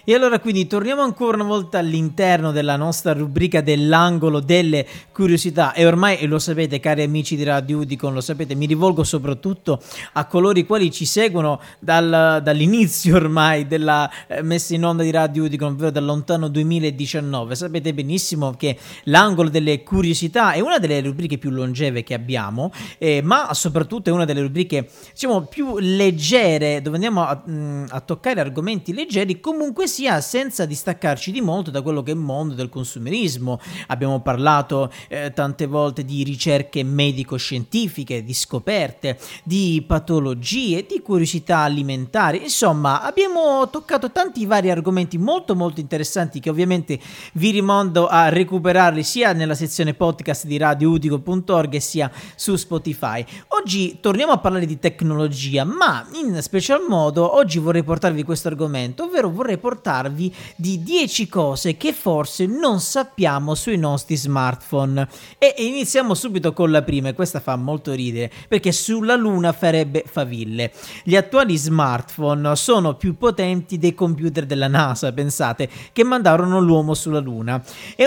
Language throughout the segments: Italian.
E allora quindi torniamo ancora una volta all'interno della nostra rubrica dell'angolo delle curiosità e ormai lo sapete cari amici di Radio Udicon, lo sapete, mi rivolgo soprattutto a coloro i quali ci seguono dall'inizio ormai della messa in onda di Radio Udicon, ovvero dal lontano 2019. Sapete benissimo che l'angolo delle curiosità è una delle rubriche più longeve che abbiamo, ma soprattutto è una delle rubriche diciamo più leggere, dove andiamo a toccare argomenti leggeri, comunque sia senza distaccarci di molto da quello che è il mondo del consumerismo. Abbiamo parlato tante volte di ricerche medico-scientifiche, di scoperte, di patologie, di curiosità alimentari, insomma abbiamo toccato tanti vari argomenti molto molto interessanti che ovviamente vi rimando a recuperarli sia nella sezione podcast di radioudico.org sia su Spotify. Oggi torniamo a parlare di tecnologia, ma in special modo oggi vorrei portarvi questo argomento, ovvero vorrei portarvi di 10 cose che forse non sappiamo sui nostri smartphone. E iniziamo subito con la prima, e questa fa molto ridere, perché sulla Luna farebbe faville. Gli attuali smartphone sono più potenti dei computer della NASA, pensate, che mandarono l'uomo sulla Luna. È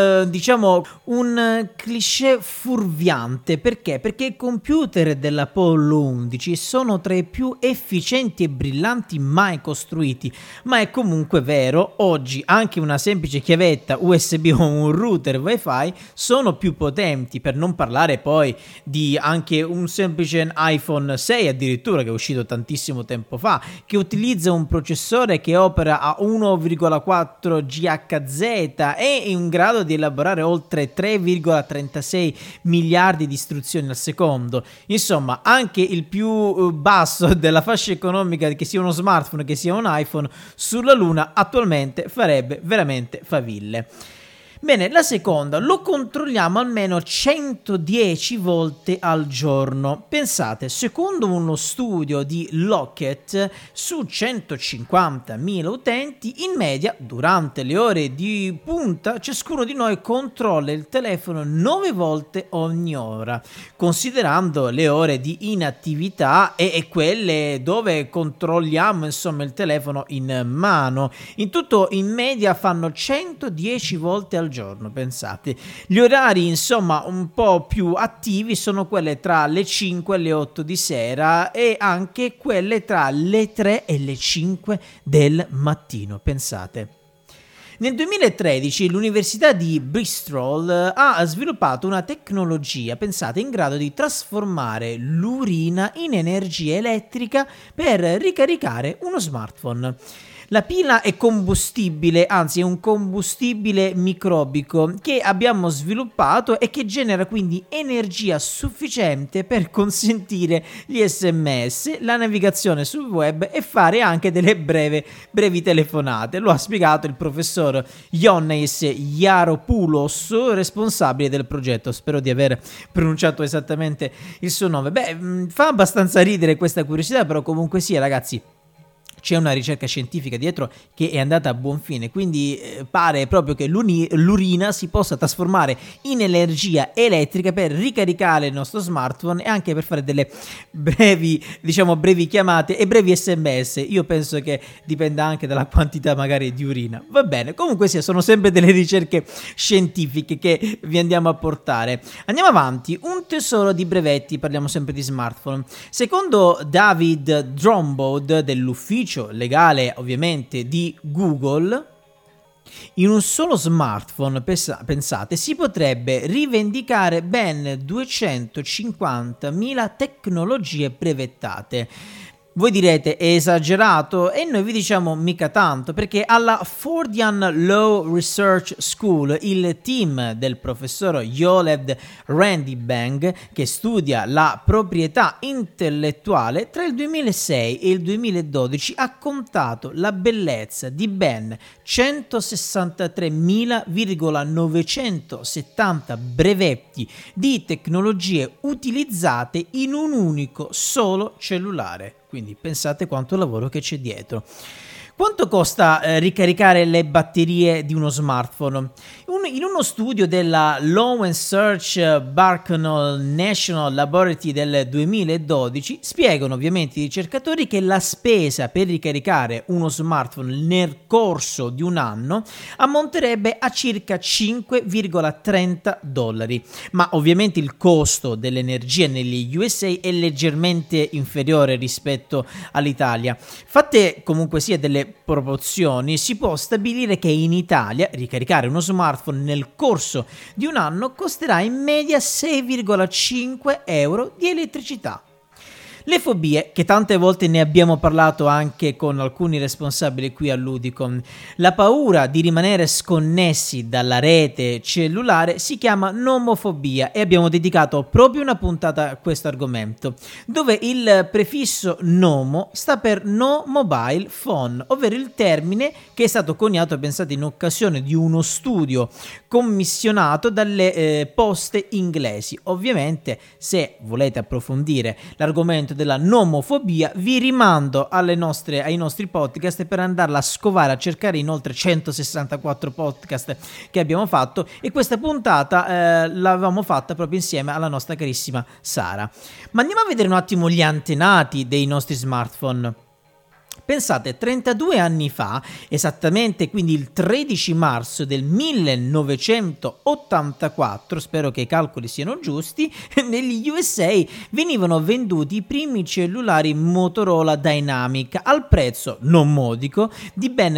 un cliché fuorviante, perché? Perché i computer dell'Apollo 11 sono tra i più efficienti e brillanti mai costruiti, ma è comunque vero, oggi anche una semplice chiavetta USB o un router Wi-Fi sono più potenti, per non parlare poi di anche un semplice iPhone 6 addirittura, che è uscito tantissimo tempo fa, che utilizza un processore che opera a 1,4 GHz e è in grado di elaborare oltre 3,36 miliardi di istruzioni al secondo. Insomma, anche il più basso della fascia economica, che sia uno smartphone che sia un iPhone, sulla Luna attualmente farebbe veramente faville. Bene, la seconda, lo controlliamo almeno 110 volte al giorno. Pensate, secondo uno studio di Lockheed, su 150.000 utenti, in media, durante le ore di punta, ciascuno di noi controlla il telefono 9 volte ogni ora, considerando le ore di inattività e quelle dove controlliamo insomma il telefono in mano. In tutto, in media, fanno 110 volte al giorno, pensate. Gli orari insomma un po' più attivi sono quelle tra le 5 e le 8 di sera e anche quelle tra le 3 e le 5 del mattino, pensate. Nel 2013 l'Università di Bristol ha sviluppato una tecnologia, pensate, in grado di trasformare l'urina in energia elettrica per ricaricare uno smartphone. La pila è combustibile, anzi è un combustibile microbico che abbiamo sviluppato e che genera quindi energia sufficiente per consentire gli SMS, la navigazione sul web e fare anche delle brevi telefonate. Lo ha spiegato il professor Ioannis Yaropoulos, responsabile del progetto. Spero di aver pronunciato esattamente il suo nome. Fa abbastanza ridere questa curiosità, però comunque sia, ragazzi, c'è una ricerca scientifica dietro che è andata a buon fine, quindi pare proprio che l'urina si possa trasformare in energia elettrica per ricaricare il nostro smartphone e anche per fare delle brevi chiamate e brevi SMS. Io penso che dipenda anche dalla quantità magari di urina. Va bene, comunque sia, sono sempre delle ricerche scientifiche che vi andiamo a portare. Andiamo avanti, un tesoro di brevetti, parliamo sempre di smartphone. Secondo David Drombaud dell'ufficio legale ovviamente di Google, in un solo smartphone, pensate, si potrebbe rivendicare ben 250.000 tecnologie brevettate. Voi direte, è esagerato? E noi vi diciamo mica tanto, perché alla Fordian Law Research School il team del professor Yolev Randibang, che studia la proprietà intellettuale, tra il 2006 e il 2012 ha contato la bellezza di ben 163.970 brevetti di tecnologie utilizzate in un unico solo cellulare. Quindi pensate quanto lavoro che c'è dietro. Quanto costa ricaricare le batterie di uno smartphone? In uno studio della Low and Search Barknell National Laboratory del 2012 spiegano ovviamente i ricercatori che la spesa per ricaricare uno smartphone nel corso di un anno ammonterebbe a circa $5,30, ma ovviamente il costo dell'energia negli USA è leggermente inferiore rispetto all'Italia. Fatte comunque sia delle proporzioni, si può stabilire che in Italia ricaricare uno smartphone nel corso di un anno costerà in media 6,5 euro di elettricità. Le fobie, che tante volte ne abbiamo parlato anche con alcuni responsabili qui all'Udicom. La paura di rimanere sconnessi dalla rete cellulare si chiama nomofobia e abbiamo dedicato proprio una puntata a questo argomento, dove il prefisso nomo sta per no mobile phone, ovvero il termine che è stato coniato, pensate, in occasione di uno studio commissionato dalle poste inglesi. Ovviamente, se volete approfondire l'argomento della nomofobia, vi rimando ai nostri podcast per andarla a scovare, a cercare in oltre 164 podcast che abbiamo fatto, e questa puntata l'avevamo fatta proprio insieme alla nostra carissima Sara. Ma andiamo a vedere un attimo gli antenati dei nostri smartphone. Pensate, 32 anni fa, esattamente quindi il 13 marzo del 1984, spero che i calcoli siano giusti, negli USA venivano venduti i primi cellulari Motorola Dynamic al prezzo non modico di ben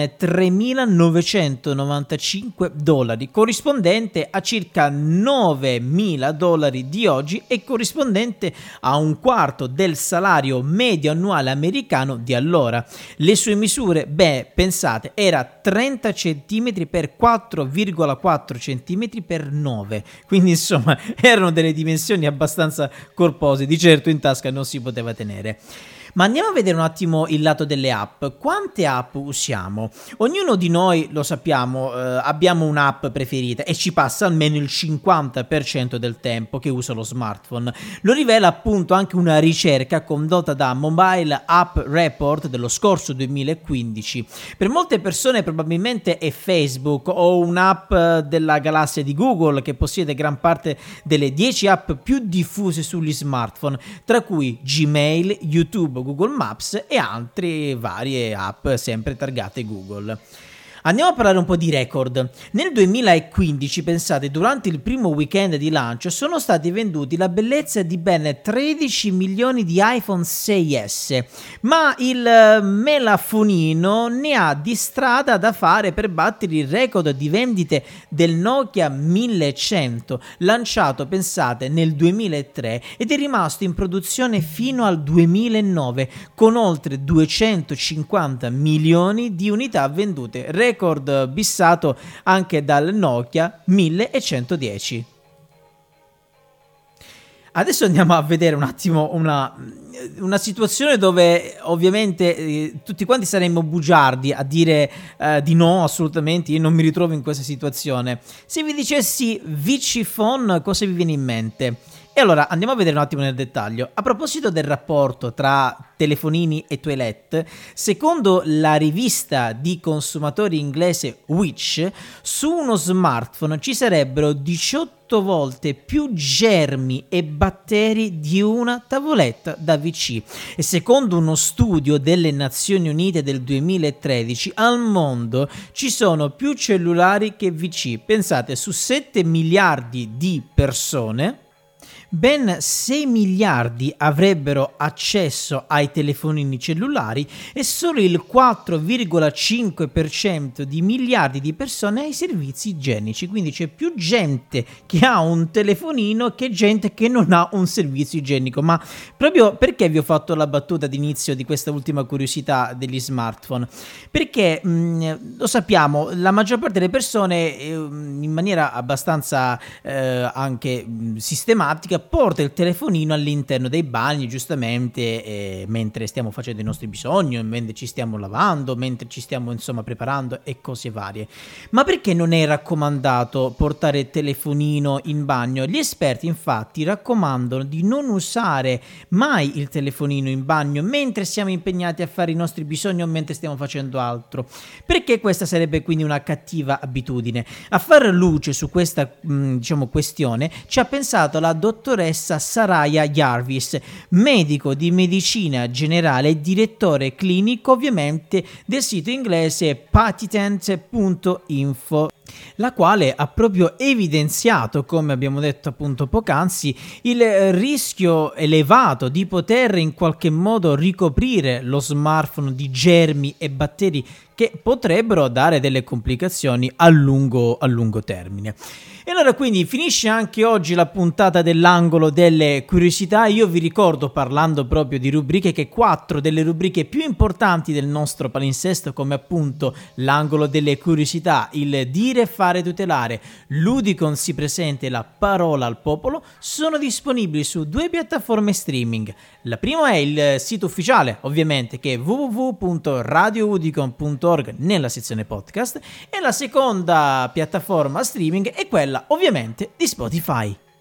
$3.995, corrispondente a circa $9.000 di oggi e corrispondente a un quarto del salario medio annuale americano di allora. Le sue misure, pensate, era 30 cm per 4,4 cm per 9, quindi insomma erano delle dimensioni abbastanza corpose, di certo in tasca non si poteva tenere. Ma andiamo a vedere un attimo il lato delle app. Quante app usiamo? Ognuno di noi, lo sappiamo, abbiamo un'app preferita e ci passa almeno il 50% del tempo che usa lo smartphone. Lo rivela appunto anche una ricerca condotta da Mobile App Report dello scorso 2015. Per molte persone probabilmente è Facebook o un'app della galassia di Google che possiede gran parte delle 10 app più diffuse sugli smartphone, tra cui Gmail, YouTube, Google Maps e altre varie app sempre targate Google. Andiamo a parlare un po' di record. Nel 2015, pensate, durante il primo weekend di lancio sono stati venduti la bellezza di ben 13 milioni di iPhone 6S, ma il melafonino ne ha di strada da fare per battere il record di vendite del Nokia 1100, lanciato, pensate, nel 2003 ed è rimasto in produzione fino al 2009 con oltre 250 milioni di unità vendute, record bissato anche dal Nokia 1110. Adesso andiamo a vedere un attimo una situazione dove ovviamente tutti quanti saremmo bugiardi a dire di no, assolutamente. Io non mi ritrovo in questa situazione. Se vi dicessi Vichy Phone, cosa vi viene in mente? E allora andiamo a vedere un attimo nel dettaglio. A proposito del rapporto tra telefonini e toilette, secondo la rivista di consumatori inglese Which, su uno smartphone ci sarebbero 18 volte più germi e batteri di una tavoletta da WC, e secondo uno studio delle Nazioni Unite del 2013 al mondo ci sono più cellulari che WC. Pensate, su 7 miliardi di persone ben 6 miliardi avrebbero accesso ai telefonini cellulari e solo il 4,5% di miliardi di persone ai servizi igienici. Quindi c'è più gente che ha un telefonino che gente che non ha un servizio igienico. Ma proprio perché vi ho fatto la battuta d'inizio di questa ultima curiosità degli smartphone? Perché lo sappiamo, la maggior parte delle persone in maniera abbastanza anche sistematica porta il telefonino all'interno dei bagni, giustamente, mentre stiamo facendo i nostri bisogni, mentre ci stiamo lavando, mentre ci stiamo insomma preparando e cose varie. Ma perché non è raccomandato portare il telefonino in bagno? Gli esperti infatti raccomandano di non usare mai il telefonino in bagno mentre siamo impegnati a fare i nostri bisogni o mentre stiamo facendo altro, perché questa sarebbe quindi una cattiva abitudine. A fare luce su questa questione ci ha pensato la dottoressa Saraya Jarvis, medico di medicina generale e direttore clinico ovviamente del sito inglese patent.info, la quale ha proprio evidenziato, come abbiamo detto appunto poc'anzi, il rischio elevato di poter in qualche modo ricoprire lo smartphone di germi e batteri che potrebbero dare delle complicazioni a lungo termine. E allora quindi finisce anche oggi la puntata dell'angolo delle curiosità. Io vi ricordo, parlando proprio di rubriche, che 4 delle rubriche più importanti del nostro palinsesto, come appunto l'angolo delle curiosità, il dire, fare, tutelare, l'Udicon si presenta e la parola al popolo, sono disponibili su 2 piattaforme streaming. La prima è il sito ufficiale, ovviamente, che è www.radioudicon.org nella sezione podcast, e la seconda piattaforma streaming è quella ovviamente di Spotify.